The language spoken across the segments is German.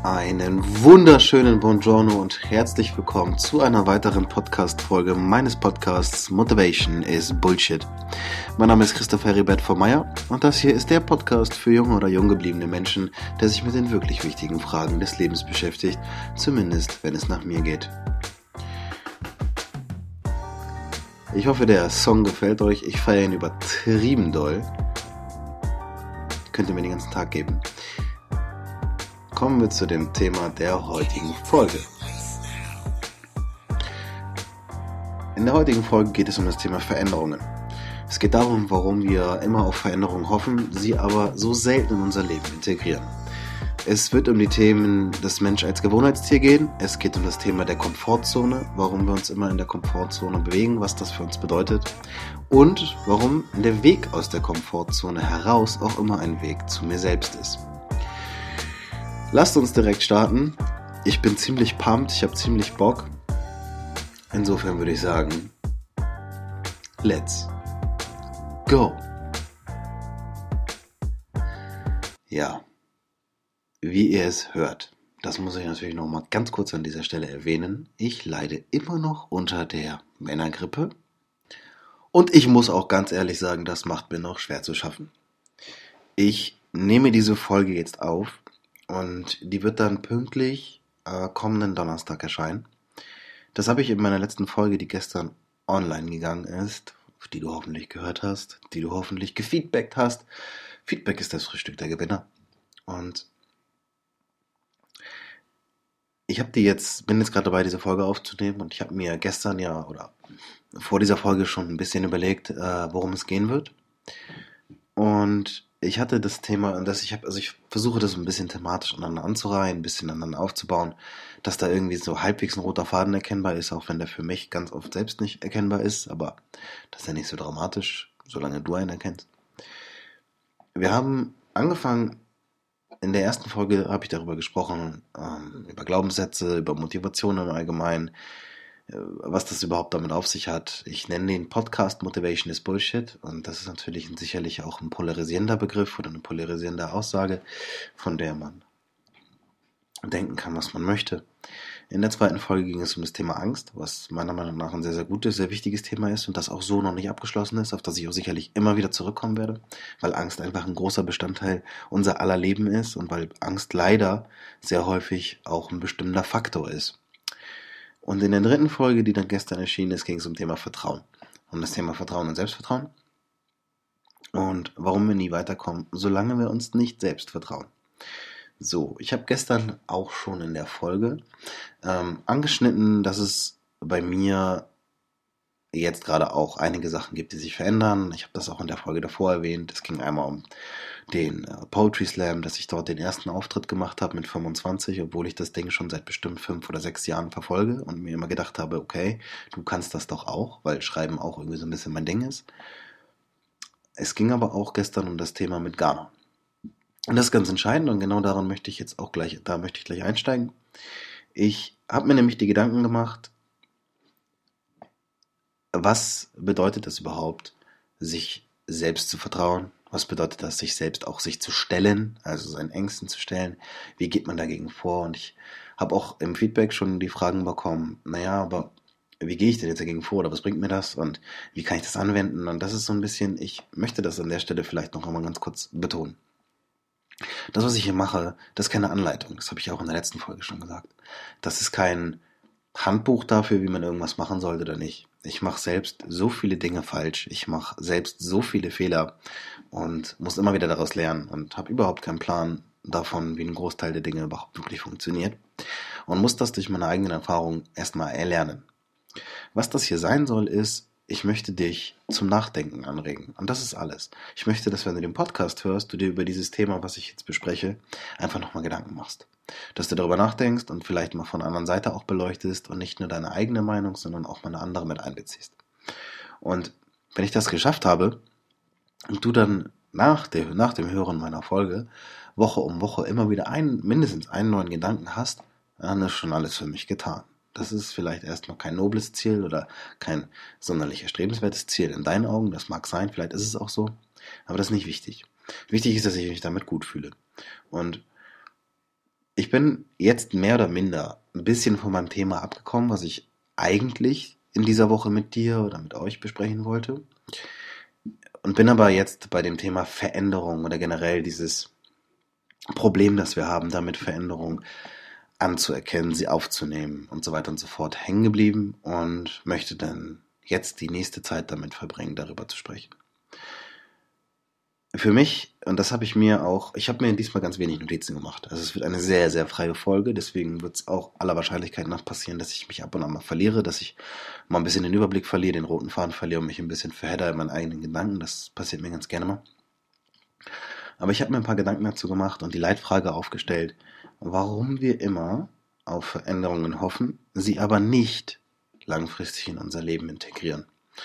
Einen wunderschönen Buongiorno und herzlich willkommen zu einer weiteren Podcast-Folge meines Podcasts Motivation is Bullshit. Mein Name ist Christoph Heribert von Meyer und das hier ist der Podcast für junge oder jung gebliebene Menschen, der sich mit den wirklich wichtigen Fragen des Lebens beschäftigt, zumindest wenn es nach mir geht. Ich hoffe, der Song gefällt euch. Ich feiere ihn übertrieben doll. Könnt ihr mir den ganzen Tag geben. Kommen wir zu dem Thema der heutigen Folge. In der heutigen Folge geht es um das Thema Veränderungen. Es geht darum, warum wir immer auf Veränderungen hoffen, sie aber so selten in unser Leben integrieren. Es wird um die Themen des Mensch als Gewohnheitstier gehen. Es geht um das Thema der Komfortzone, warum wir uns immer in der Komfortzone bewegen, was das für uns bedeutet und warum der Weg aus der Komfortzone heraus auch immer ein Weg zu mir selbst ist. Lasst uns direkt starten. Ich bin ziemlich pumped, ich habe ziemlich Bock. Insofern würde ich sagen, let's go. Ja, wie ihr es hört, das muss ich natürlich nochmal ganz kurz an dieser Stelle erwähnen. Ich leide immer noch unter der Männergrippe. Und ich muss auch ganz ehrlich sagen, das macht mir noch schwer zu schaffen. Ich nehme diese Folge jetzt auf. Und die wird dann pünktlich kommenden Donnerstag erscheinen. Das habe ich in meiner letzten Folge, die gestern online gegangen ist, die du hoffentlich gehört hast, die du hoffentlich gefeedbackt hast. Feedback ist das Frühstück der Gewinner. Und ich bin jetzt gerade dabei, diese Folge aufzunehmen und ich habe mir gestern oder vor dieser Folge schon ein bisschen überlegt, worum es gehen wird. Und ich hatte das Thema, ich versuche das ein bisschen thematisch aneinander anzureihen, ein bisschen aneinander aufzubauen, dass da irgendwie so halbwegs ein roter Faden erkennbar ist, auch wenn der für mich ganz oft selbst nicht erkennbar ist, aber das ist ja nicht so dramatisch, solange du einen erkennst. Wir haben angefangen, in der ersten Folge habe ich darüber gesprochen, über Glaubenssätze, über Motivation im Allgemeinen, was das überhaupt damit auf sich hat. Ich nenne den Podcast Motivation is Bullshit und das ist natürlich sicherlich auch ein polarisierender Begriff oder eine polarisierende Aussage, von der man denken kann, was man möchte. In der zweiten Folge ging es um das Thema Angst, was meiner Meinung nach ein sehr, sehr gutes, sehr wichtiges Thema ist und das auch so noch nicht abgeschlossen ist, auf das ich auch sicherlich immer wieder zurückkommen werde, weil Angst einfach ein großer Bestandteil unser aller Leben ist und weil Angst leider sehr häufig auch ein bestimmender Faktor ist. Und in der dritten Folge, die dann gestern erschienen ist, ging es um Thema Vertrauen. Um das Thema Vertrauen und Selbstvertrauen. Und warum wir nie weiterkommen, solange wir uns nicht selbst vertrauen. So, ich habe gestern auch schon in der Folge angeschnitten, dass es bei mir jetzt gerade auch einige Sachen gibt, die sich verändern. Ich habe das auch in der Folge davor erwähnt. Es ging einmal um den Poetry Slam, dass ich dort den ersten Auftritt gemacht habe mit 25, obwohl ich das Ding schon seit bestimmt 5 oder 6 Jahren verfolge und mir immer gedacht habe, okay, du kannst das doch auch, weil Schreiben auch irgendwie so ein bisschen mein Ding ist. Es ging aber auch gestern um das Thema mit Ghana. Und das ist ganz entscheidend und genau daran möchte ich gleich einsteigen. Ich habe mir nämlich die Gedanken gemacht, was bedeutet das überhaupt, sich selbst zu vertrauen? Was bedeutet das, sich selbst auch sich zu stellen, also seinen Ängsten zu stellen? Wie geht man dagegen vor? Und ich habe auch im Feedback schon die Fragen bekommen, aber wie gehe ich denn jetzt dagegen vor? Oder was bringt mir das? Und wie kann ich das anwenden? Und das ist so ein bisschen, ich möchte das an der Stelle vielleicht noch einmal ganz kurz betonen. Das, was ich hier mache, das ist keine Anleitung. Das habe ich auch in der letzten Folge schon gesagt. Das ist kein Handbuch dafür, wie man irgendwas machen sollte oder nicht. Ich mache selbst so viele Dinge falsch. Ich mache selbst so viele Fehler und muss immer wieder daraus lernen und habe überhaupt keinen Plan davon, wie ein Großteil der Dinge überhaupt wirklich funktioniert und muss das durch meine eigenen Erfahrungen erstmal erlernen. Was das hier sein soll, ist, ich möchte dich zum Nachdenken anregen. Und das ist alles. Ich möchte, dass wenn du den Podcast hörst, du dir über dieses Thema, was ich jetzt bespreche, einfach nochmal Gedanken machst. Dass du darüber nachdenkst und vielleicht mal von der anderen Seite auch beleuchtest und nicht nur deine eigene Meinung, sondern auch mal eine andere mit einbeziehst. Und wenn ich das geschafft habe und du dann nach dem Hören meiner Folge Woche um Woche immer wieder mindestens einen neuen Gedanken hast, dann ist schon alles für mich getan. Das ist vielleicht erstmal kein nobles Ziel oder kein sonderlich erstrebenswertes Ziel in deinen Augen. Das mag sein, vielleicht ist es auch so. Aber das ist nicht wichtig. Wichtig ist, dass ich mich damit gut fühle. Und Ich bin jetzt mehr oder minder ein bisschen von meinem Thema abgekommen, was ich eigentlich in dieser Woche mit dir oder mit euch besprechen wollte. Und bin aber jetzt bei dem Thema Veränderung oder generell dieses Problem, das wir haben, damit Veränderung anzuerkennen, sie aufzunehmen und so weiter und so fort hängen geblieben und möchte dann jetzt die nächste Zeit damit verbringen, darüber zu sprechen. Für mich, und das habe ich habe mir diesmal ganz wenig Notizen gemacht. Also es wird eine sehr, sehr freie Folge, deswegen wird es auch aller Wahrscheinlichkeit nach passieren, dass ich mich ab und an mal verliere, dass ich mal ein bisschen den Überblick verliere, den roten Faden verliere und mich ein bisschen verhedder in meinen eigenen Gedanken. Das passiert mir ganz gerne mal. Aber ich habe mir ein paar Gedanken dazu gemacht und die Leitfrage aufgestellt, warum wir immer auf Veränderungen hoffen, sie aber nicht langfristig in unser Leben integrieren.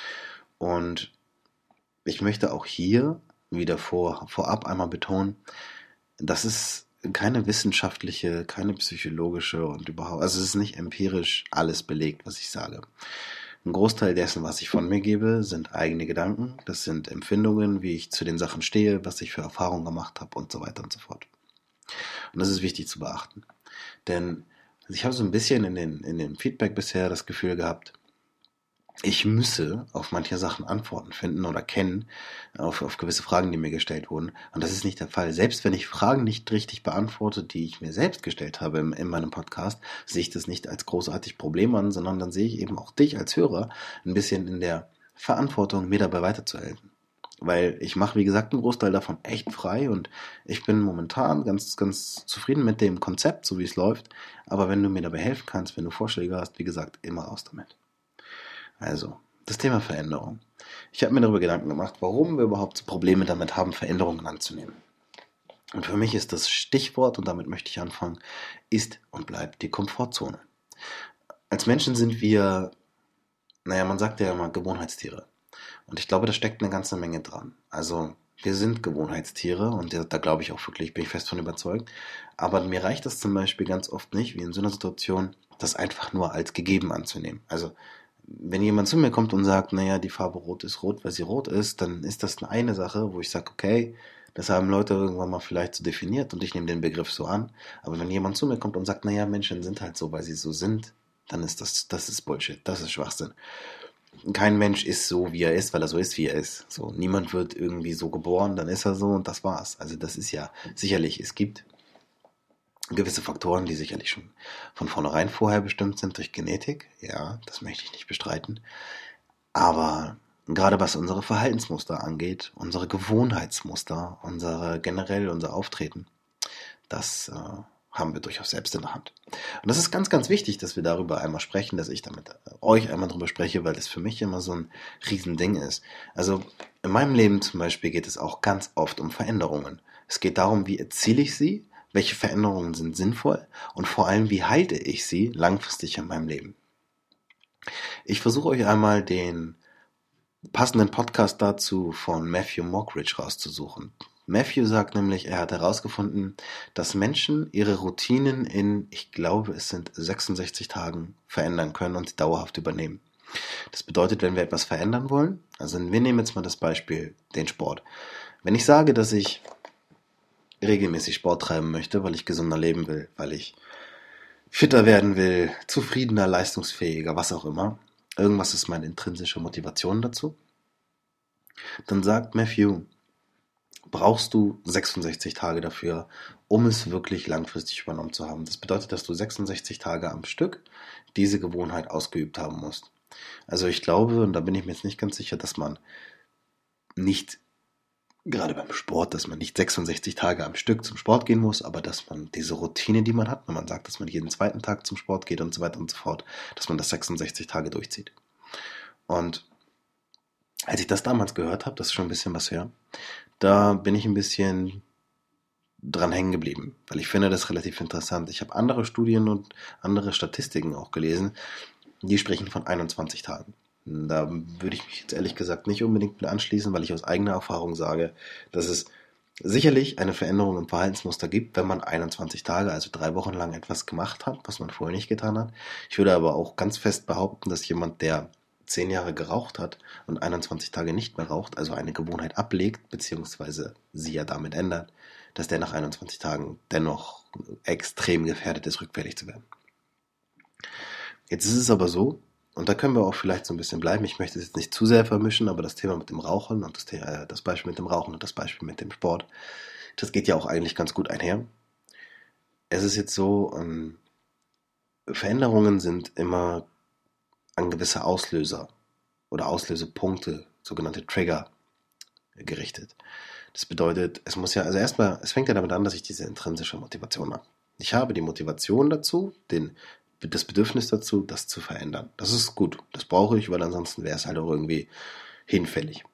Und ich möchte auch hier wieder vorab einmal betonen, das ist keine wissenschaftliche, keine psychologische und überhaupt, also es ist nicht empirisch alles belegt, was ich sage. Ein Großteil dessen, was ich von mir gebe, sind eigene Gedanken, das sind Empfindungen, wie ich zu den Sachen stehe, was ich für Erfahrungen gemacht habe und so weiter und so fort. Und das ist wichtig zu beachten. Denn ich habe so ein bisschen in dem Feedback bisher das Gefühl gehabt, ich müsse auf manche Sachen Antworten finden oder kennen, auf gewisse Fragen, die mir gestellt wurden. Und das ist nicht der Fall. Selbst wenn ich Fragen nicht richtig beantworte, die ich mir selbst gestellt habe in meinem Podcast, sehe ich das nicht als großartig Problem an, sondern dann sehe ich eben auch dich als Hörer ein bisschen in der Verantwortung, mir dabei weiterzuhelfen. Weil ich mache, wie gesagt, einen Großteil davon echt frei und ich bin momentan ganz, ganz zufrieden mit dem Konzept, so wie es läuft. Aber wenn du mir dabei helfen kannst, wenn du Vorschläge hast, wie gesagt, immer raus damit. Also, das Thema Veränderung. Ich habe mir darüber Gedanken gemacht, warum wir überhaupt so Probleme damit haben, Veränderungen anzunehmen. Und für mich ist das Stichwort, und damit möchte ich anfangen, ist und bleibt die Komfortzone. Als Menschen sind wir, man sagt ja immer Gewohnheitstiere. Und ich glaube, da steckt eine ganze Menge dran. Also, wir sind Gewohnheitstiere und da glaube ich auch wirklich, bin ich fest von überzeugt. Aber mir reicht das zum Beispiel ganz oft nicht, wie in so einer Situation, das einfach nur als gegeben anzunehmen. Also, wenn jemand zu mir kommt und sagt, die Farbe rot ist rot, weil sie rot ist, dann ist das eine Sache, wo ich sage, okay, das haben Leute irgendwann mal vielleicht so definiert und ich nehme den Begriff so an. Aber wenn jemand zu mir kommt und sagt, Menschen sind halt so, weil sie so sind, dann ist das ist Bullshit, das ist Schwachsinn. Kein Mensch ist so, wie er ist, weil er so ist, wie er ist. So, niemand wird irgendwie so geboren, dann ist er so und das war's. Also das ist ja sicherlich, es gibt gewisse Faktoren, die sicherlich schon von vornherein vorher bestimmt sind durch Genetik. Ja, das möchte ich nicht bestreiten. Aber gerade was unsere Verhaltensmuster angeht, unsere Gewohnheitsmuster, unser Auftreten, das haben wir durchaus selbst in der Hand. Und das ist ganz, ganz wichtig, dass wir darüber einmal sprechen, dass ich damit euch einmal drüber spreche, weil das für mich immer so ein Riesending ist. Also in meinem Leben zum Beispiel geht es auch ganz oft um Veränderungen. Es geht darum, wie erziele ich sie, welche Veränderungen sind sinnvoll und vor allem, wie halte ich sie langfristig in meinem Leben. Ich versuche euch einmal den passenden Podcast dazu von Matthew Mockridge rauszusuchen. Matthew sagt nämlich, er hat herausgefunden, dass Menschen ihre Routinen in, ich glaube, es sind 66 Tagen verändern können und sie dauerhaft übernehmen. Das bedeutet, wenn wir etwas verändern wollen, also wir nehmen jetzt mal das Beispiel, den Sport. Wenn ich sage, dass ich regelmäßig Sport treiben möchte, weil ich gesünder leben will, weil ich fitter werden will, zufriedener, leistungsfähiger, was auch immer. Irgendwas ist meine intrinsische Motivation dazu. Dann sagt Matthew, brauchst du 66 Tage dafür, um es wirklich langfristig übernommen zu haben. Das bedeutet, dass du 66 Tage am Stück diese Gewohnheit ausgeübt haben musst. Also ich glaube, und da bin ich mir jetzt nicht ganz sicher, dass man nicht gerade beim Sport, dass man nicht 66 Tage am Stück zum Sport gehen muss, aber dass man diese Routine, die man hat, wenn man sagt, dass man jeden zweiten Tag zum Sport geht und so weiter und so fort, dass man das 66 Tage durchzieht. Und als ich das damals gehört habe, das ist schon ein bisschen was her, da bin ich ein bisschen dran hängen geblieben, weil ich finde das relativ interessant. Ich habe andere Studien und andere Statistiken auch gelesen, die sprechen von 21 Tagen. Da würde ich mich jetzt ehrlich gesagt nicht unbedingt mit anschließen, weil ich aus eigener Erfahrung sage, dass es sicherlich eine Veränderung im Verhaltensmuster gibt, wenn man 21 Tage, also 3 Wochen lang etwas gemacht hat, was man vorher nicht getan hat. Ich würde aber auch ganz fest behaupten, dass jemand, der 10 Jahre geraucht hat und 21 Tage nicht mehr raucht, also eine Gewohnheit ablegt, beziehungsweise sie ja damit ändert, dass der nach 21 Tagen dennoch extrem gefährdet ist, rückfällig zu werden. Jetzt ist es aber so, und da können wir auch vielleicht so ein bisschen bleiben, ich möchte es jetzt nicht zu sehr vermischen, aber das Thema mit dem Rauchen und das Beispiel mit dem Rauchen und das Beispiel mit dem Sport, das geht ja auch eigentlich ganz gut einher. Es ist jetzt so, Veränderungen sind immer an gewisse Auslöser oder Auslösepunkte, sogenannte Trigger, gerichtet. Das bedeutet, es fängt ja damit an, dass ich diese intrinsische Motivation habe. Ich habe die Motivation dazu, das Bedürfnis dazu, das zu verändern. Das ist gut, das brauche ich, weil ansonsten wäre es halt auch irgendwie hinfällig.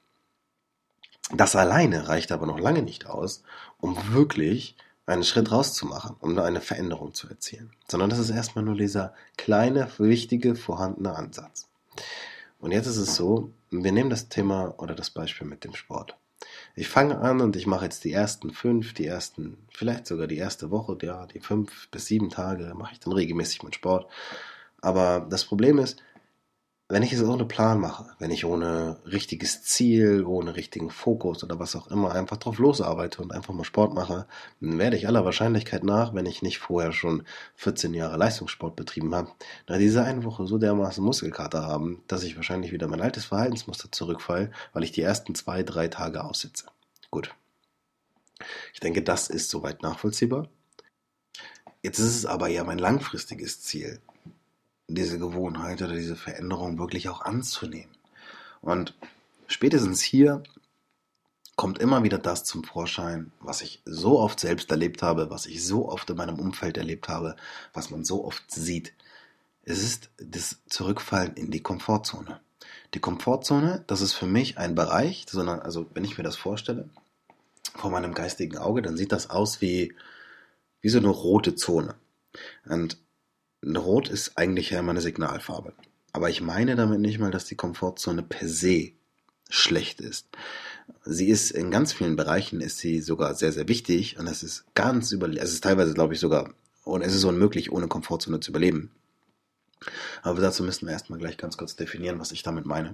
Das alleine reicht aber noch lange nicht aus, um wirklich einen Schritt rauszumachen, um eine Veränderung zu erzielen. Sondern das ist erstmal nur dieser kleine, wichtige, vorhandene Ansatz. Und jetzt ist es so, wir nehmen das Thema oder das Beispiel mit dem Sport. Ich fange an und ich mache jetzt vielleicht sogar die erste Woche, ja, die 5 bis 7 Tage mache ich dann regelmäßig mit Sport. Aber das Problem ist, wenn ich es ohne Plan mache, wenn ich ohne richtiges Ziel, ohne richtigen Fokus oder was auch immer einfach drauf losarbeite und einfach mal Sport mache, dann werde ich aller Wahrscheinlichkeit nach, wenn ich nicht vorher schon 14 Jahre Leistungssport betrieben habe, nach dieser einen Woche so dermaßen Muskelkater haben, dass ich wahrscheinlich wieder mein altes Verhaltensmuster zurückfalle, weil ich die ersten 2, 3 Tage aussitze. Gut. Ich denke, das ist soweit nachvollziehbar. Jetzt ist es aber ja mein langfristiges Ziel, diese Gewohnheit oder diese Veränderung wirklich auch anzunehmen. Und spätestens hier kommt immer wieder das zum Vorschein, was ich so oft selbst erlebt habe, was ich so oft in meinem Umfeld erlebt habe, was man so oft sieht. Es ist das Zurückfallen in die Komfortzone. Die Komfortzone, das ist für mich ein Bereich, also wenn ich mir das vorstelle, vor meinem geistigen Auge, dann sieht das aus wie so eine rote Zone. Und Rot ist eigentlich ja immer eine Signalfarbe. Aber ich meine damit nicht mal, dass die Komfortzone per se schlecht ist. Sie ist in ganz vielen Bereichen ist sie sogar sehr, sehr wichtig und es ist es ist teilweise, glaube ich, sogar, und es ist unmöglich, ohne Komfortzone zu überleben. Aber dazu müssen wir erstmal gleich ganz kurz definieren, was ich damit meine.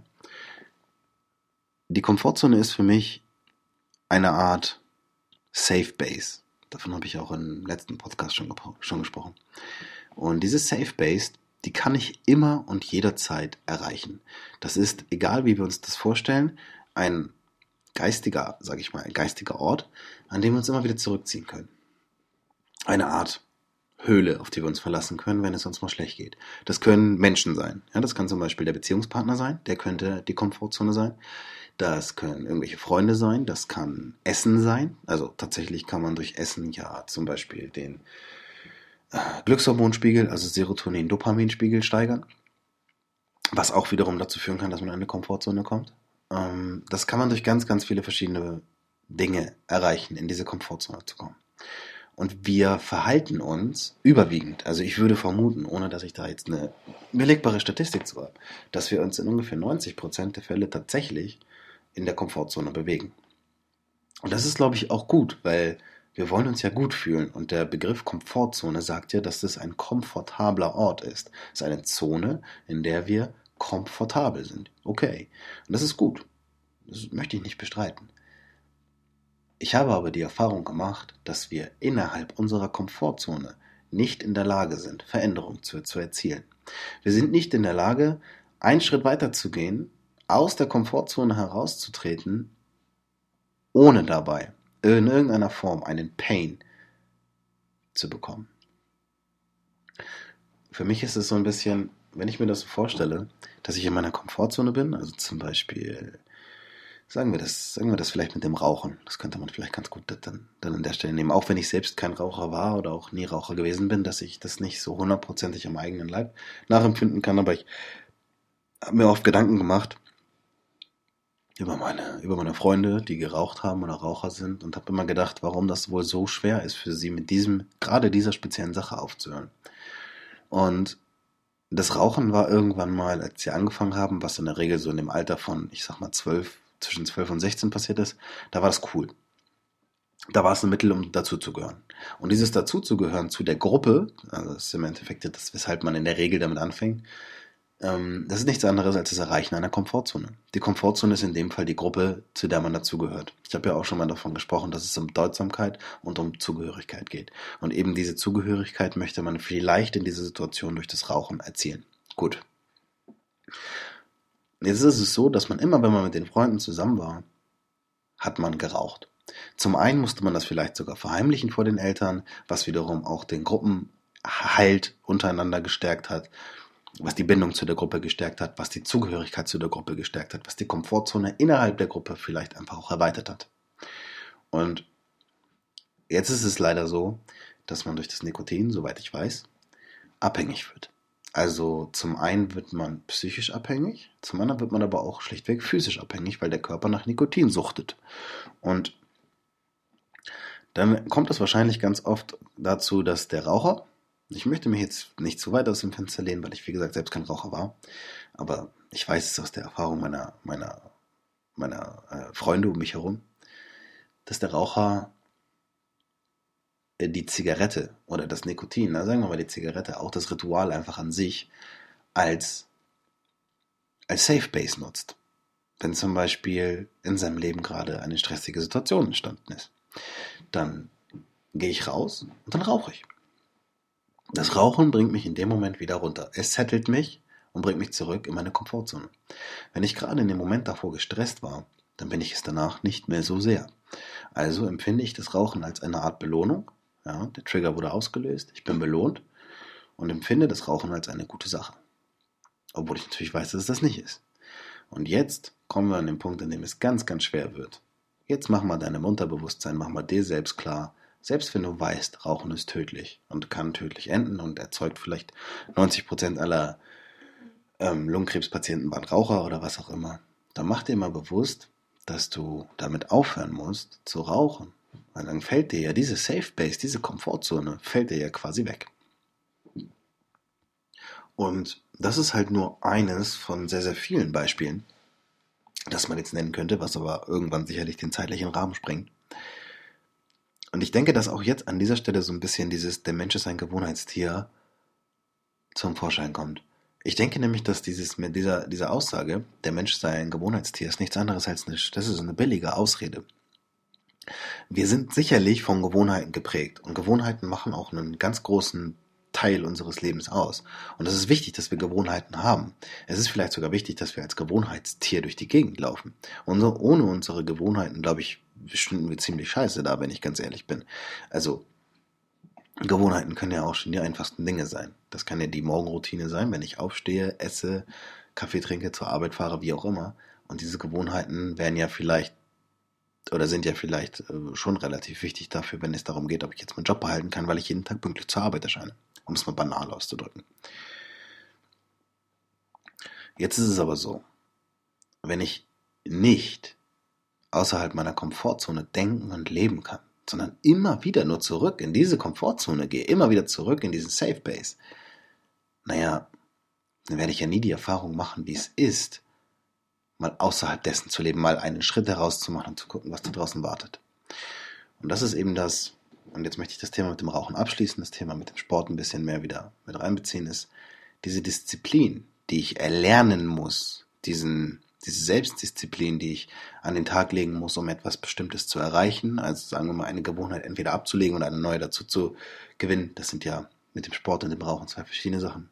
Die Komfortzone ist für mich eine Art Safe Base. Davon habe ich auch im letzten Podcast schon gesprochen. Und diese Safe Base, die kann ich immer und jederzeit erreichen. Das ist, egal wie wir uns das vorstellen, ein geistiger Ort, an dem wir uns immer wieder zurückziehen können. Eine Art Höhle, auf die wir uns verlassen können, wenn es uns mal schlecht geht. Das können Menschen sein. Ja, das kann zum Beispiel der Beziehungspartner sein, der könnte die Komfortzone sein. Das können irgendwelche Freunde sein, das kann Essen sein. Also tatsächlich kann man durch Essen ja zum Beispiel den Glückshormonspiegel, also Serotonin-Dopaminspiegel steigern, was auch wiederum dazu führen kann, dass man in eine Komfortzone kommt. Das kann man durch ganz, ganz viele verschiedene Dinge erreichen, in diese Komfortzone zu kommen. Und wir verhalten uns überwiegend, also ich würde vermuten, ohne dass ich da jetzt eine belegbare Statistik zu habe, dass wir uns in ungefähr 90% der Fälle tatsächlich in der Komfortzone bewegen. Und das ist, glaube ich, auch gut, weil wir wollen uns ja gut fühlen und der Begriff Komfortzone sagt ja, dass das ein komfortabler Ort ist. Es ist eine Zone, in der wir komfortabel sind. Okay, und das ist gut. Das möchte ich nicht bestreiten. Ich habe aber die Erfahrung gemacht, dass wir innerhalb unserer Komfortzone nicht in der Lage sind, Veränderungen zu erzielen. Wir sind nicht in der Lage, einen Schritt weiter zu gehen, aus der Komfortzone herauszutreten, ohne dabei in irgendeiner Form einen Pain zu bekommen. Für mich ist es so ein bisschen, wenn ich mir das so vorstelle, dass ich in meiner Komfortzone bin, also zum Beispiel, sagen wir das vielleicht mit dem Rauchen, das könnte man vielleicht ganz gut dann an der Stelle nehmen, auch wenn ich selbst kein Raucher war oder auch nie Raucher gewesen bin, dass ich das nicht so 100%ig am eigenen Leib nachempfinden kann, aber ich habe mir oft Gedanken gemacht, über meine Freunde, die geraucht haben oder Raucher sind und habe immer gedacht, warum das wohl so schwer ist für sie mit gerade dieser speziellen Sache aufzuhören. Und das Rauchen war irgendwann mal, als sie angefangen haben, was in der Regel so in dem Alter von, ich sag mal zwischen 12 und 16 passiert ist, da war das cool. Da war es ein Mittel, um dazuzugehören. Und dieses Dazuzugehören zu der Gruppe, also das ist im Endeffekt das, weshalb man in der Regel damit anfängt, Das ist nichts anderes als das Erreichen einer Komfortzone. Die Komfortzone ist in dem Fall die Gruppe, zu der man dazugehört. Ich habe ja auch schon mal davon gesprochen, dass es um Bedeutsamkeit und um Zugehörigkeit geht. Und eben diese Zugehörigkeit möchte man vielleicht in dieser Situation durch das Rauchen erzielen. Gut. Jetzt ist es so, dass man immer, wenn man mit den Freunden zusammen war, hat man geraucht. Zum einen musste man das vielleicht sogar verheimlichen vor den Eltern, was wiederum auch den Gruppenhalt untereinander gestärkt hat, was die Bindung zu der Gruppe gestärkt hat, was die Zugehörigkeit zu der Gruppe gestärkt hat, was die Komfortzone innerhalb der Gruppe vielleicht einfach auch erweitert hat. Und jetzt ist es leider so, dass man durch das Nikotin, soweit ich weiß, abhängig wird. Also zum einen wird man psychisch abhängig, zum anderen wird man aber auch schlichtweg physisch abhängig, weil der Körper nach Nikotin suchtet. Und dann kommt es wahrscheinlich ganz oft dazu, dass der Raucher, ich möchte mich jetzt nicht zu weit aus dem Fenster lehnen, weil ich, wie gesagt, selbst kein Raucher war, aber ich weiß es aus der Erfahrung meiner Freunde um mich herum, dass der Raucher die Zigarette oder das Nikotin, sagen wir mal die Zigarette, auch das Ritual einfach an sich als Safe Base nutzt. Wenn zum Beispiel in seinem Leben gerade eine stressige Situation entstanden ist, dann gehe ich raus und dann rauche ich. Das Rauchen bringt mich in dem Moment wieder runter. Es settelt mich und bringt mich zurück in meine Komfortzone. Wenn ich gerade in dem Moment davor gestresst war, dann bin ich es danach nicht mehr so sehr. Also empfinde ich das Rauchen als eine Art Belohnung. Ja, der Trigger wurde ausgelöst, ich bin belohnt und empfinde das Rauchen als eine gute Sache. Obwohl ich natürlich weiß, dass es das nicht ist. Und jetzt kommen wir an den Punkt, an dem es ganz, ganz schwer wird. Jetzt mach mal deinem Unterbewusstsein, mach mal dir selbst klar, selbst wenn du weißt, Rauchen ist tödlich und kann tödlich enden und erzeugt vielleicht 90% aller Lungenkrebspatienten waren Raucher oder was auch immer, dann mach dir mal bewusst, dass du damit aufhören musst zu rauchen. Weil dann fällt dir ja diese Safe Base, diese Komfortzone, fällt dir ja quasi weg. Und das ist halt nur eines von sehr, sehr vielen Beispielen, das man jetzt nennen könnte, was aber irgendwann sicherlich den zeitlichen Rahmen sprengt. Und ich denke, dass auch jetzt an dieser Stelle so ein bisschen der Mensch ist ein Gewohnheitstier zum Vorschein kommt. Ich denke nämlich, dass diese Aussage, der Mensch sei ein Gewohnheitstier, ist nichts anderes als das ist eine billige Ausrede. Wir sind sicherlich von Gewohnheiten geprägt und Gewohnheiten machen auch einen ganz großen Teil unseres Lebens aus. Und es ist wichtig, dass wir Gewohnheiten haben. Es ist vielleicht sogar wichtig, dass wir als Gewohnheitstier durch die Gegend laufen. Und so, ohne unsere Gewohnheiten, glaube ich, stünden wir ziemlich scheiße da, wenn ich ganz ehrlich bin. Also Gewohnheiten können ja auch schon die einfachsten Dinge sein. Das kann ja die Morgenroutine sein, wenn ich aufstehe, esse, Kaffee trinke, zur Arbeit fahre, wie auch immer. Und diese Gewohnheiten werden ja vielleicht oder sind ja vielleicht schon relativ wichtig dafür, wenn es darum geht, ob ich jetzt meinen Job behalten kann, weil ich jeden Tag pünktlich zur Arbeit erscheine, um es mal banal auszudrücken. Jetzt ist es aber so, wenn ich nicht außerhalb meiner Komfortzone denken und leben kann, sondern immer wieder nur zurück in diese Komfortzone gehe, immer wieder zurück in diesen Safe Base, naja, dann werde ich ja nie die Erfahrung machen, wie es ist, mal außerhalb dessen zu leben, mal einen Schritt herauszumachen und zu gucken, was da draußen wartet. Und das ist eben das, und jetzt möchte ich das Thema mit dem Rauchen abschließen, das Thema mit dem Sport ein bisschen mehr wieder mit reinbeziehen, ist diese Disziplin, die ich erlernen muss, diese Selbstdisziplin, die ich an den Tag legen muss, um etwas Bestimmtes zu erreichen, also sagen wir mal eine Gewohnheit entweder abzulegen oder eine neue dazu zu gewinnen, das sind ja mit dem Sport und dem Rauchen zwei verschiedene Sachen.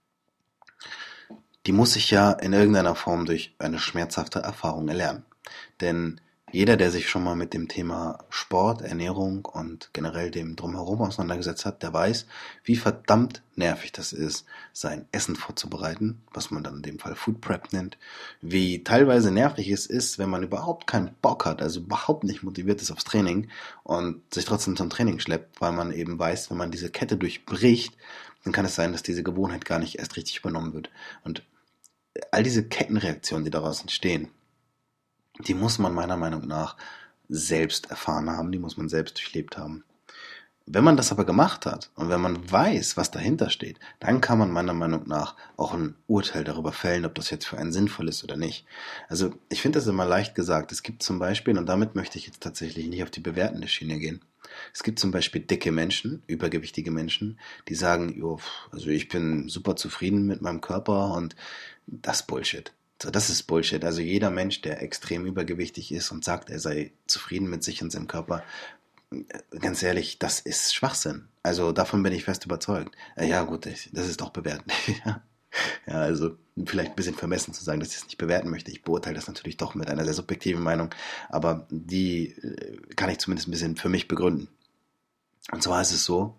Die muss ich ja in irgendeiner Form durch eine schmerzhafte Erfahrung erlernen. Denn jeder, der sich schon mal mit dem Thema Sport, Ernährung und generell dem Drumherum auseinandergesetzt hat, der weiß, wie verdammt nervig das ist, sein Essen vorzubereiten, was man dann in dem Fall Food Prep nennt, wie teilweise nervig es ist, wenn man überhaupt keinen Bock hat, also überhaupt nicht motiviert ist aufs Training und sich trotzdem zum Training schleppt, weil man eben weiß, wenn man diese Kette durchbricht, dann kann es sein, dass diese Gewohnheit gar nicht erst richtig übernommen wird. Und all diese Kettenreaktionen, die daraus entstehen, die muss man meiner Meinung nach selbst erfahren haben, die muss man selbst durchlebt haben. Wenn man das aber gemacht hat und wenn man weiß, was dahinter steht, dann kann man meiner Meinung nach auch ein Urteil darüber fällen, ob das jetzt für einen sinnvoll ist oder nicht. Also ich finde das immer leicht gesagt. Es gibt zum Beispiel, und damit möchte ich jetzt tatsächlich nicht auf die bewertende Schiene gehen, es gibt zum Beispiel dicke Menschen, übergewichtige Menschen, die sagen, jo, also ich bin super zufrieden mit meinem Körper und das ist Bullshit. So, das ist Bullshit. Also jeder Mensch, der extrem übergewichtig ist und sagt, er sei zufrieden mit sich und seinem Körper, ganz ehrlich, das ist Schwachsinn. Also davon bin ich fest überzeugt. Ja gut, das ist doch bewerten. Ja, also vielleicht ein bisschen vermessen zu sagen, dass ich es nicht bewerten möchte. Ich beurteile das natürlich doch mit einer sehr subjektiven Meinung, aber die kann ich zumindest ein bisschen für mich begründen. Und zwar ist es so,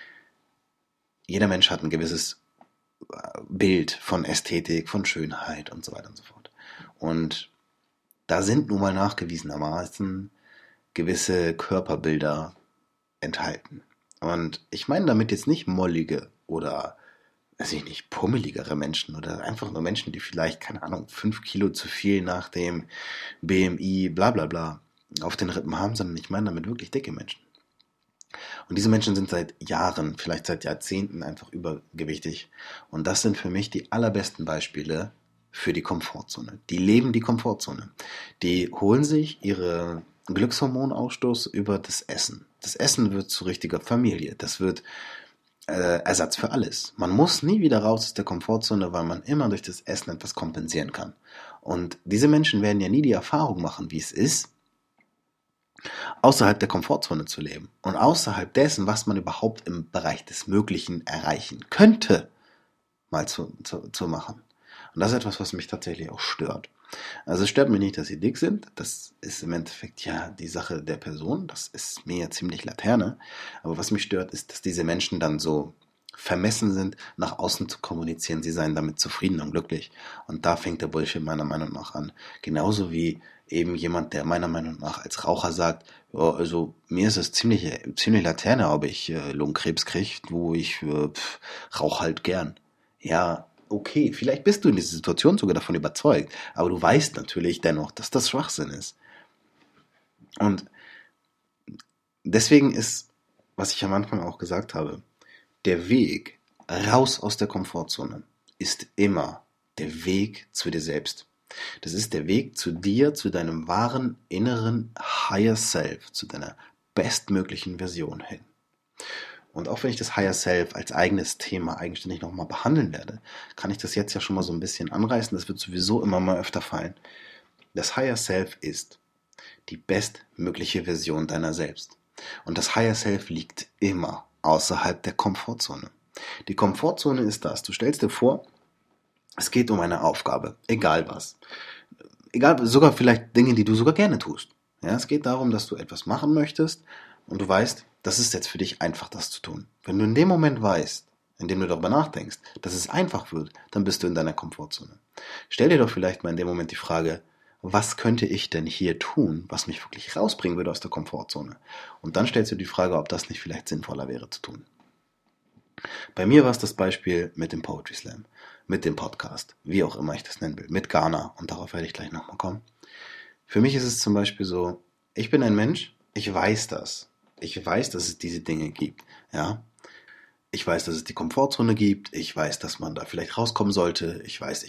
jeder Mensch hat ein gewisses Bild von Ästhetik, von Schönheit und so weiter und so fort. Und da sind nun mal nachgewiesenermaßen gewisse Körperbilder enthalten. Und ich meine damit jetzt nicht mollige oder, weiß ich nicht, pummeligere Menschen oder einfach nur Menschen, die vielleicht, keine Ahnung, 5 Kilo zu viel nach dem BMI bla bla bla auf den Rippen haben, sondern ich meine damit wirklich dicke Menschen. Und diese Menschen sind seit Jahren, vielleicht seit Jahrzehnten einfach übergewichtig. Und das sind für mich die allerbesten Beispiele für die Komfortzone. Die leben die Komfortzone. Die holen sich ihre Glückshormonausstoß über das Essen. Das Essen wird zu richtiger Familie. Das wird Ersatz für alles. Man muss nie wieder raus aus der Komfortzone, weil man immer durch das Essen etwas kompensieren kann. Und diese Menschen werden ja nie die Erfahrung machen, wie es ist, außerhalb der Komfortzone zu leben und außerhalb dessen, was man überhaupt im Bereich des Möglichen erreichen könnte, mal zu machen. Und das ist etwas, was mich tatsächlich auch stört. Also es stört mich nicht, dass sie dick sind. Das ist im Endeffekt ja die Sache der Person. Das ist mir ja ziemlich Laterne. Aber was mich stört, ist, dass diese Menschen dann so vermessen sind, nach außen zu kommunizieren, sie seien damit zufrieden und glücklich. Und da fängt der Bullshit meiner Meinung nach an. Genauso wie eben jemand, der meiner Meinung nach als Raucher sagt, ja, also mir ist es ziemlich Laterne, ob ich Lungenkrebs kriege, wo ich rauche halt gern. Ja, okay, vielleicht bist du in dieser Situation sogar davon überzeugt, aber du weißt natürlich dennoch, dass das Schwachsinn ist. Und deswegen ist, was ich am Anfang auch gesagt habe, der Weg raus aus der Komfortzone ist immer der Weg zu dir selbst. Das ist der Weg zu dir, zu deinem wahren inneren Higher Self, zu deiner bestmöglichen Version hin. Und auch wenn ich das Higher Self als eigenes Thema eigenständig nochmal behandeln werde, kann ich das jetzt ja schon mal so ein bisschen anreißen. Das wird sowieso immer mal öfter fallen. Das Higher Self ist die bestmögliche Version deiner selbst. Und das Higher Self liegt immer außerhalb der Komfortzone. Die Komfortzone ist das. Du stellst dir vor, es geht um eine Aufgabe, egal was. Egal, sogar vielleicht Dinge, die du sogar gerne tust. Ja, es geht darum, dass du etwas machen möchtest und du weißt, das ist jetzt für dich einfach, das zu tun. Wenn du in dem Moment weißt, in dem du darüber nachdenkst, dass es einfach wird, dann bist du in deiner Komfortzone. Stell dir doch vielleicht mal in dem Moment die Frage, was könnte ich denn hier tun, was mich wirklich rausbringen würde aus der Komfortzone? Und dann stellst du die Frage, ob das nicht vielleicht sinnvoller wäre zu tun. Bei mir war es das Beispiel mit dem Poetry Slam, mit dem Podcast, wie auch immer ich das nennen will, mit Ghana, und darauf werde ich gleich nochmal kommen. Für mich ist es zum Beispiel so, ich bin ein Mensch, ich weiß das. Ich weiß, dass es diese Dinge gibt, ja. Ich weiß, dass es die Komfortzone gibt, ich weiß, dass man da vielleicht rauskommen sollte, ich weiß.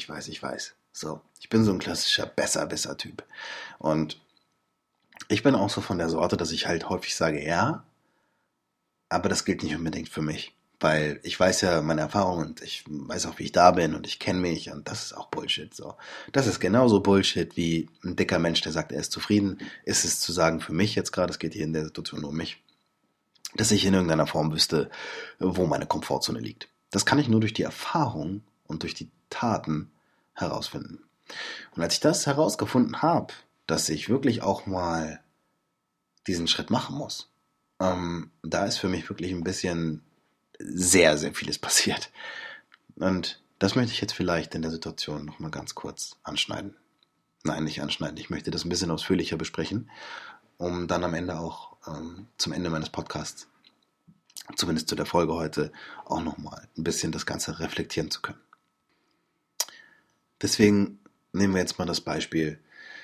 So, ich bin so ein klassischer Besserwisser-Typ. Und ich bin auch so von der Sorte, dass ich halt häufig sage, ja, aber das gilt nicht unbedingt für mich. Weil ich weiß ja meine Erfahrungen und ich weiß auch, wie ich da bin und ich kenne mich und das ist auch Bullshit. So, das ist genauso Bullshit wie ein dicker Mensch, der sagt, er ist zufrieden. Ist es zu sagen für mich jetzt gerade, es geht hier in der Situation nur um mich, dass ich in irgendeiner Form wüsste, wo meine Komfortzone liegt. Das kann ich nur durch die Erfahrung und durch die Taten herausfinden. Und als ich das herausgefunden habe, dass ich wirklich auch mal diesen Schritt machen muss, da ist für mich wirklich ein bisschen sehr, sehr vieles passiert. Und das möchte ich jetzt vielleicht in der Situation nochmal ganz kurz anschneiden. Nein, nicht anschneiden. Ich möchte das ein bisschen ausführlicher besprechen, um dann am Ende auch zum Ende meines Podcasts, zumindest zu der Folge heute, auch nochmal ein bisschen das Ganze reflektieren zu können. Deswegen nehmen wir jetzt mal das Beispiel,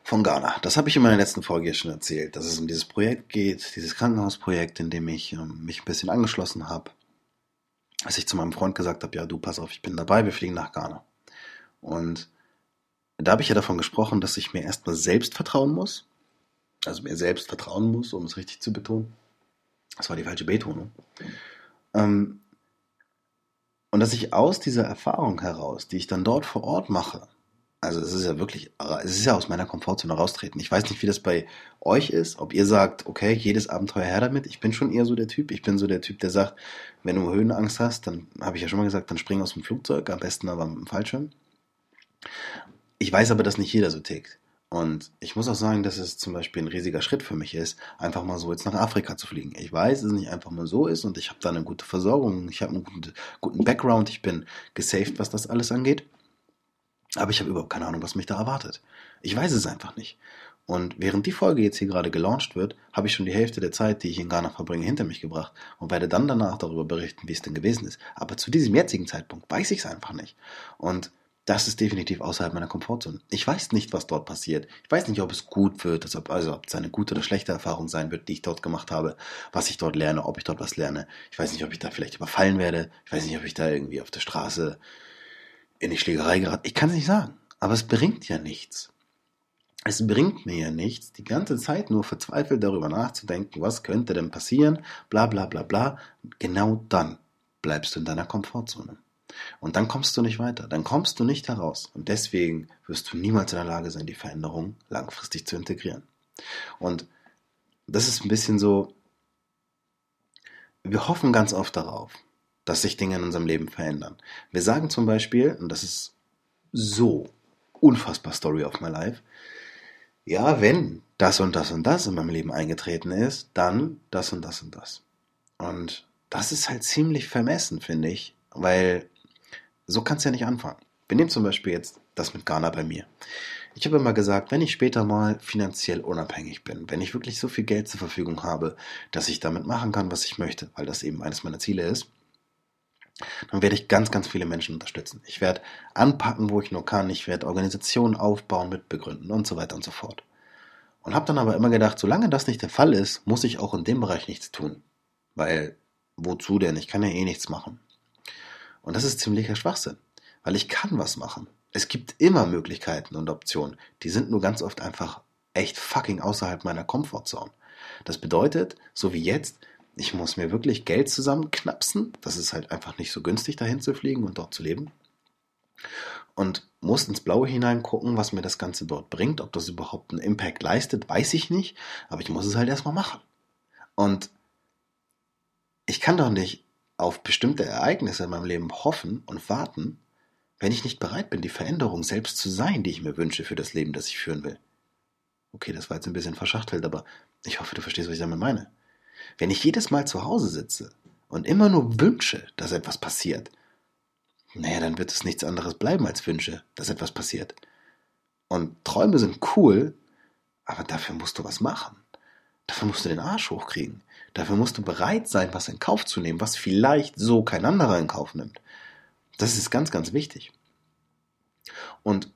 von Ghana. Das habe ich in meiner letzten Folge ja schon erzählt, dass es um dieses Projekt geht, dieses Krankenhausprojekt, in dem ich mich ein bisschen angeschlossen habe. Als ich zu meinem Freund gesagt habe, ja du, pass auf, ich bin dabei, wir fliegen nach Ghana. Und da habe ich ja davon gesprochen, dass ich mir erstmal selbst vertrauen muss. Also mir selbst vertrauen muss, um es richtig zu betonen. Das war die falsche Betonung. Ähm, und dass ich aus dieser Erfahrung heraus, die ich dann dort vor Ort mache, also es ist ja wirklich, es ist ja aus meiner Komfortzone raustreten. Ich weiß nicht, wie das bei euch ist, ob ihr sagt, okay, jedes Abenteuer her damit. Ich bin schon eher so der Typ. Ich bin so der Typ, der sagt, wenn du Höhenangst hast, dann habe ich ja schon mal gesagt, dann spring aus dem Flugzeug, am besten aber mit dem Fallschirm. Ich weiß aber, dass nicht jeder so tickt. Und ich muss auch sagen, dass es zum Beispiel ein riesiger Schritt für mich ist, einfach mal so jetzt nach Afrika zu fliegen. Ich weiß, dass es nicht einfach mal so ist und ich habe da eine gute Versorgung, ich habe einen guten Background, ich bin gesaved, was das alles angeht. Aber ich habe überhaupt keine Ahnung, was mich da erwartet. Ich weiß es einfach nicht. Und während die Folge jetzt hier gerade gelauncht wird, habe ich schon die Hälfte der Zeit, die ich in Ghana verbringe, hinter mich gebracht und werde dann danach darüber berichten, wie es denn gewesen ist. Aber zu diesem jetzigen Zeitpunkt weiß ich es einfach nicht. Und das ist definitiv außerhalb meiner Komfortzone. Ich weiß nicht, was dort passiert. Ich weiß nicht, ob es gut wird, also ob es eine gute oder schlechte Erfahrung sein wird, die ich dort gemacht habe, was ich dort lerne, ob ich dort was lerne. Ich weiß nicht, ob ich da vielleicht überfallen werde. Ich weiß nicht, ob ich da irgendwie auf der Straße in die Schlägerei gerate. Ich kann es nicht sagen. Aber es bringt ja nichts. Es bringt mir ja nichts, die ganze Zeit nur verzweifelt darüber nachzudenken, was könnte denn passieren, bla bla bla bla. Genau dann bleibst du in deiner Komfortzone. Und dann kommst du nicht weiter, dann kommst du nicht heraus. Und deswegen wirst du niemals in der Lage sein, die Veränderung langfristig zu integrieren. Und das ist ein bisschen so, wir hoffen ganz oft darauf, dass sich Dinge in unserem Leben verändern. Wir sagen zum Beispiel, und das ist so unfassbar Story of my life, ja, wenn das und das und das in meinem Leben eingetreten ist, dann das und das und das. Und das ist halt ziemlich vermessen, finde ich, weil so kann es ja nicht anfangen. Wir nehmen zum Beispiel jetzt das mit Ghana bei mir. Ich habe immer gesagt, wenn ich später mal finanziell unabhängig bin, wenn ich wirklich so viel Geld zur Verfügung habe, dass ich damit machen kann, was ich möchte, weil das eben eines meiner Ziele ist, dann werde ich ganz, ganz viele Menschen unterstützen. Ich werde anpacken, wo ich nur kann. Ich werde Organisationen aufbauen, mitbegründen und so weiter und so fort. Und habe dann aber immer gedacht, solange das nicht der Fall ist, muss ich auch in dem Bereich nichts tun. Weil, wozu denn? Ich kann ja eh nichts machen. Und das ist ziemlicher Schwachsinn. Weil ich kann was machen. Es gibt immer Möglichkeiten und Optionen. Die sind nur ganz oft einfach echt fucking außerhalb meiner Comfortzone. Das bedeutet, so wie jetzt, ich muss mir wirklich Geld zusammenknapsen. Das ist halt einfach nicht so günstig, dahin zu fliegen und dort zu leben. Und muss ins Blaue hinein gucken, was mir das Ganze dort bringt. Ob das überhaupt einen Impact leistet, weiß ich nicht. Aber ich muss es halt erstmal machen. Und ich kann doch nicht auf bestimmte Ereignisse in meinem Leben hoffen und warten, wenn ich nicht bereit bin, die Veränderung selbst zu sein, die ich mir wünsche für das Leben, das ich führen will. Okay, das war jetzt ein bisschen verschachtelt, aber ich hoffe, du verstehst, was ich damit meine. Wenn ich jedes Mal zu Hause sitze und immer nur wünsche, dass etwas passiert, naja, dann wird es nichts anderes bleiben als Wünsche, dass etwas passiert. Und Träume sind cool, aber dafür musst du was machen. Dafür musst du den Arsch hochkriegen. Dafür musst du bereit sein, was in Kauf zu nehmen, was vielleicht so kein anderer in Kauf nimmt. Das ist ganz, ganz wichtig. Und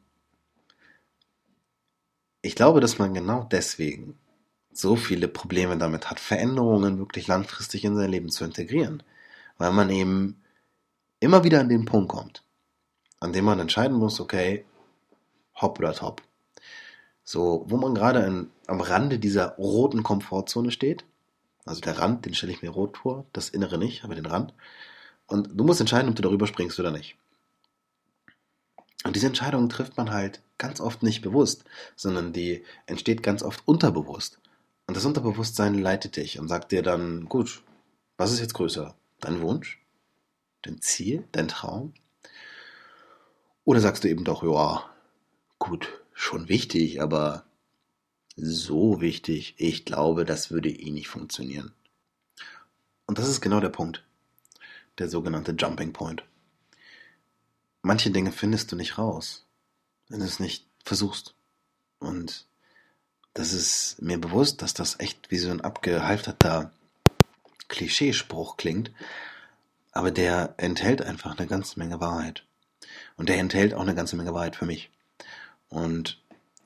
ich glaube, dass man genau deswegen so viele Probleme damit hat, Veränderungen wirklich langfristig in sein Leben zu integrieren. Weil man eben immer wieder an den Punkt kommt, an dem man entscheiden muss, okay, hopp oder top. So, wo man gerade am Rande dieser roten Komfortzone steht, also der Rand, den stelle ich mir rot vor, das Innere nicht, aber den Rand. Und du musst entscheiden, ob du darüber springst oder nicht. Und diese Entscheidung trifft man halt ganz oft nicht bewusst, sondern die entsteht ganz oft unterbewusst. Und das Unterbewusstsein leitet dich und sagt dir dann, gut, was ist jetzt größer? Dein Wunsch? Dein Ziel? Dein Traum? Oder sagst du eben doch, ja, gut, schon wichtig, aber so wichtig, ich glaube, das würde eh nicht funktionieren. Und das ist genau der Punkt, der sogenannte Jumping Point. Manche Dinge findest du nicht raus, wenn du es nicht versuchst. Und das ist mir bewusst, dass das echt wie so ein abgehalfterter Klischeespruch klingt, aber der enthält einfach eine ganze Menge Wahrheit. Und der enthält auch eine ganze Menge Wahrheit für mich. Und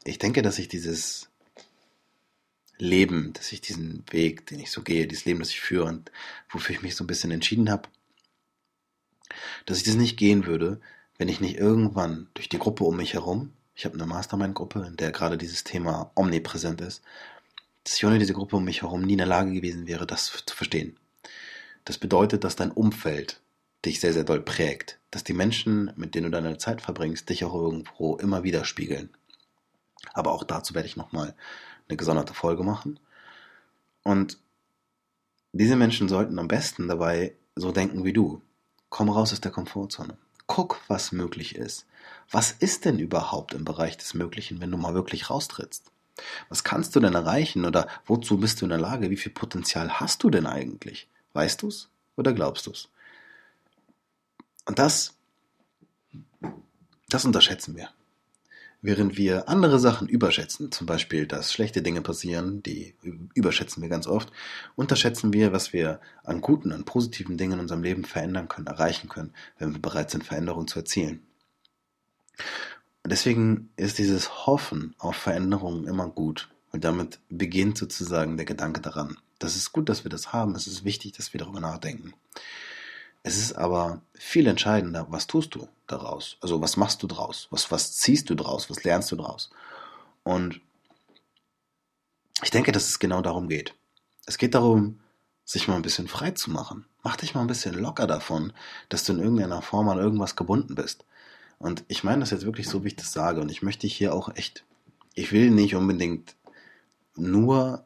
ich denke, dass ich dieses Leben, dass ich diesen Weg, den ich so gehe, dieses Leben, das ich führe und wofür ich mich so ein bisschen entschieden habe, dass ich das nicht gehen würde, wenn ich nicht irgendwann durch die Gruppe um mich herum, ich habe eine Mastermind-Gruppe, in der gerade dieses Thema omnipräsent ist, dass ich ohne diese Gruppe um mich herum nie in der Lage gewesen wäre, das zu verstehen. Das bedeutet, dass dein Umfeld dich sehr, sehr doll prägt, dass die Menschen, mit denen du deine Zeit verbringst, dich auch irgendwo immer wieder spiegeln. Aber auch dazu werde ich nochmal eine gesonderte Folge machen. Und diese Menschen sollten am besten dabei so denken wie du. Komm raus aus der Komfortzone. Guck, was möglich ist. Was ist denn überhaupt im Bereich des Möglichen, wenn du mal wirklich raustrittst? Was kannst du denn erreichen oder wozu bist du in der Lage? Wie viel Potenzial hast du denn eigentlich? Weißt du's oder glaubst du's? Und das unterschätzen wir. Während wir andere Sachen überschätzen, zum Beispiel, dass schlechte Dinge passieren, die überschätzen wir ganz oft, unterschätzen wir, was wir an guten, an positiven Dingen in unserem Leben verändern können, erreichen können, wenn wir bereit sind, Veränderungen zu erzielen. Und deswegen ist dieses Hoffen auf Veränderungen immer gut. Und damit beginnt sozusagen der Gedanke daran. Das ist gut, dass wir das haben. Es ist wichtig, dass wir darüber nachdenken. Es ist aber viel entscheidender, was tust du daraus? Also was machst du draus? Was ziehst du draus? Was lernst du draus? Und ich denke, dass es genau darum geht. Es geht darum, sich mal ein bisschen frei zu machen. Mach dich mal ein bisschen locker davon, dass du in irgendeiner Form an irgendwas gebunden bist. Und ich meine das jetzt wirklich so, wie ich das sage. Und ich möchte hier auch echt, ich will nicht unbedingt nur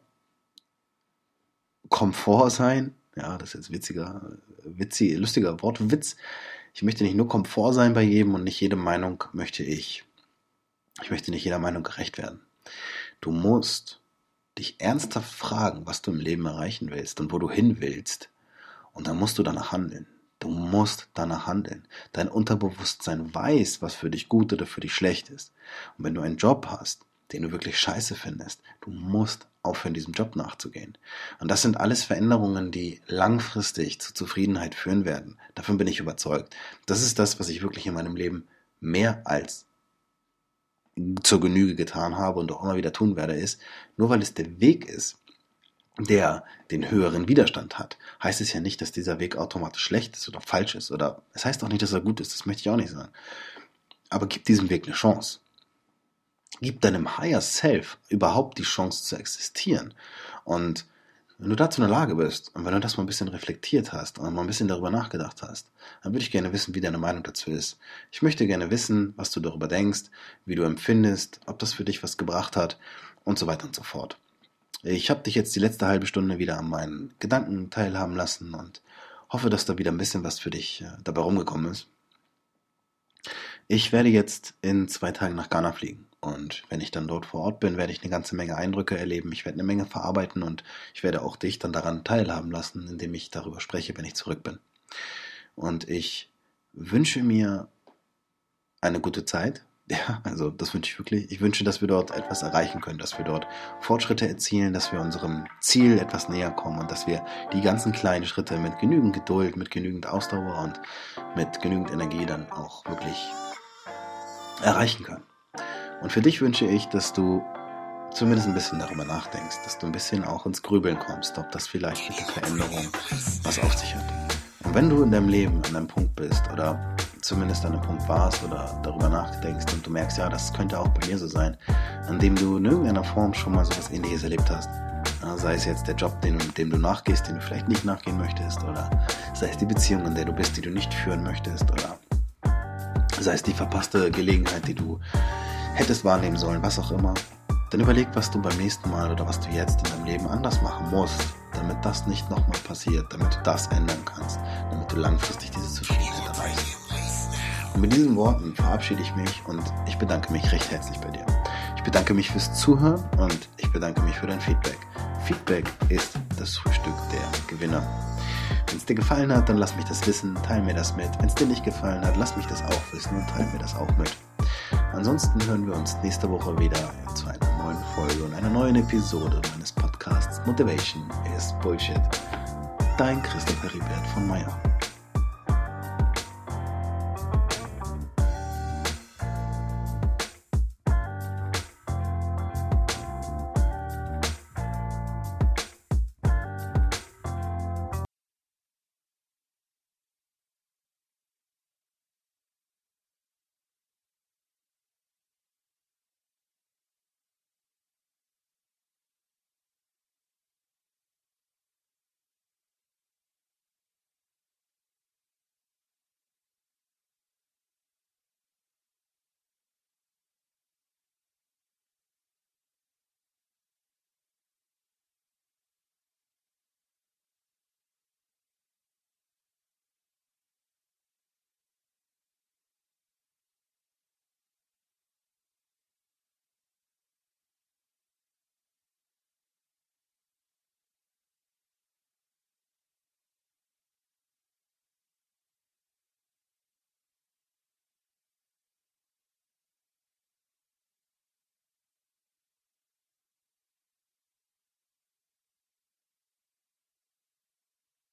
Komfort sein. Ja, das ist jetzt lustiger Wortwitz. Ich möchte nicht nur Komfort sein bei jedem und nicht jede Meinung ich möchte nicht jeder Meinung gerecht werden. Du musst dich ernsthaft fragen, was du im Leben erreichen willst und wo du hin willst. Und dann musst du danach handeln. Du musst danach handeln. Dein Unterbewusstsein weiß, was für dich gut oder für dich schlecht ist. Und wenn du einen Job hast, den du wirklich scheiße findest, du musst aufhören, diesem Job nachzugehen. Und das sind alles Veränderungen, die langfristig zu Zufriedenheit führen werden. Davon bin ich überzeugt. Das ist das, was ich wirklich in meinem Leben mehr als zur Genüge getan habe und auch immer wieder tun werde, ist, nur weil es der Weg ist, der den höheren Widerstand hat, heißt es ja nicht, dass dieser Weg automatisch schlecht ist oder falsch ist. Oder es heißt auch nicht, dass er gut ist, das möchte ich auch nicht sagen. Aber gib diesem Weg eine Chance. Gib deinem Higher Self überhaupt die Chance zu existieren. Und wenn du dazu in der Lage bist und wenn du das mal ein bisschen reflektiert hast und mal ein bisschen darüber nachgedacht hast, dann würde ich gerne wissen, wie deine Meinung dazu ist. Ich möchte gerne wissen, was du darüber denkst, wie du empfindest, ob das für dich was gebracht hat und so weiter und so fort. Ich habe dich jetzt die letzte halbe Stunde wieder an meinen Gedanken teilhaben lassen und hoffe, dass da wieder ein bisschen was für dich dabei rumgekommen ist. Ich werde jetzt in 2 Tagen nach Ghana fliegen und wenn ich dann dort vor Ort bin, werde ich eine ganze Menge Eindrücke erleben. Ich werde eine Menge verarbeiten und ich werde auch dich dann daran teilhaben lassen, indem ich darüber spreche, wenn ich zurück bin. Und ich wünsche mir eine gute Zeit. Ja, also das wünsche ich wirklich. Ich wünsche, dass wir dort etwas erreichen können, dass wir dort Fortschritte erzielen, dass wir unserem Ziel etwas näher kommen und dass wir die ganzen kleinen Schritte mit genügend Geduld, mit genügend Ausdauer und mit genügend Energie dann auch wirklich erreichen können. Und für dich wünsche ich, dass du zumindest ein bisschen darüber nachdenkst, dass du ein bisschen auch ins Grübeln kommst, ob das vielleicht mit der Veränderung was auf sich hat. Und wenn du in deinem Leben an einem Punkt bist oder zumindest an einem Punkt warst oder darüber nachdenkst und du merkst, ja, das könnte auch bei mir so sein, an dem du in irgendeiner Form schon mal so etwas Ähnliches erlebt hast, sei es jetzt der Job, dem du nachgehst, den du vielleicht nicht nachgehen möchtest, oder sei es die Beziehung, in der du bist, die du nicht führen möchtest, oder sei es die verpasste Gelegenheit, die du hättest wahrnehmen sollen, was auch immer, dann überleg, was du beim nächsten Mal oder was du jetzt in deinem Leben anders machen musst, damit das nicht nochmal passiert, damit du das ändern kannst, damit du langfristig diese Zufriedenheit erreichst. Und mit diesen Worten verabschiede ich mich und ich bedanke mich recht herzlich bei dir. Ich bedanke mich fürs Zuhören und ich bedanke mich für dein Feedback. Feedback ist das Frühstück der Gewinner. Wenn es dir gefallen hat, dann lass mich das wissen, teile mir das mit. Wenn es dir nicht gefallen hat, lass mich das auch wissen und teile mir das auch mit. Ansonsten hören wir uns nächste Woche wieder zu einer neuen Folge und einer neuen Episode meines Podcasts Motivation is Bullshit. Dein Christoph Heribert von Meyer.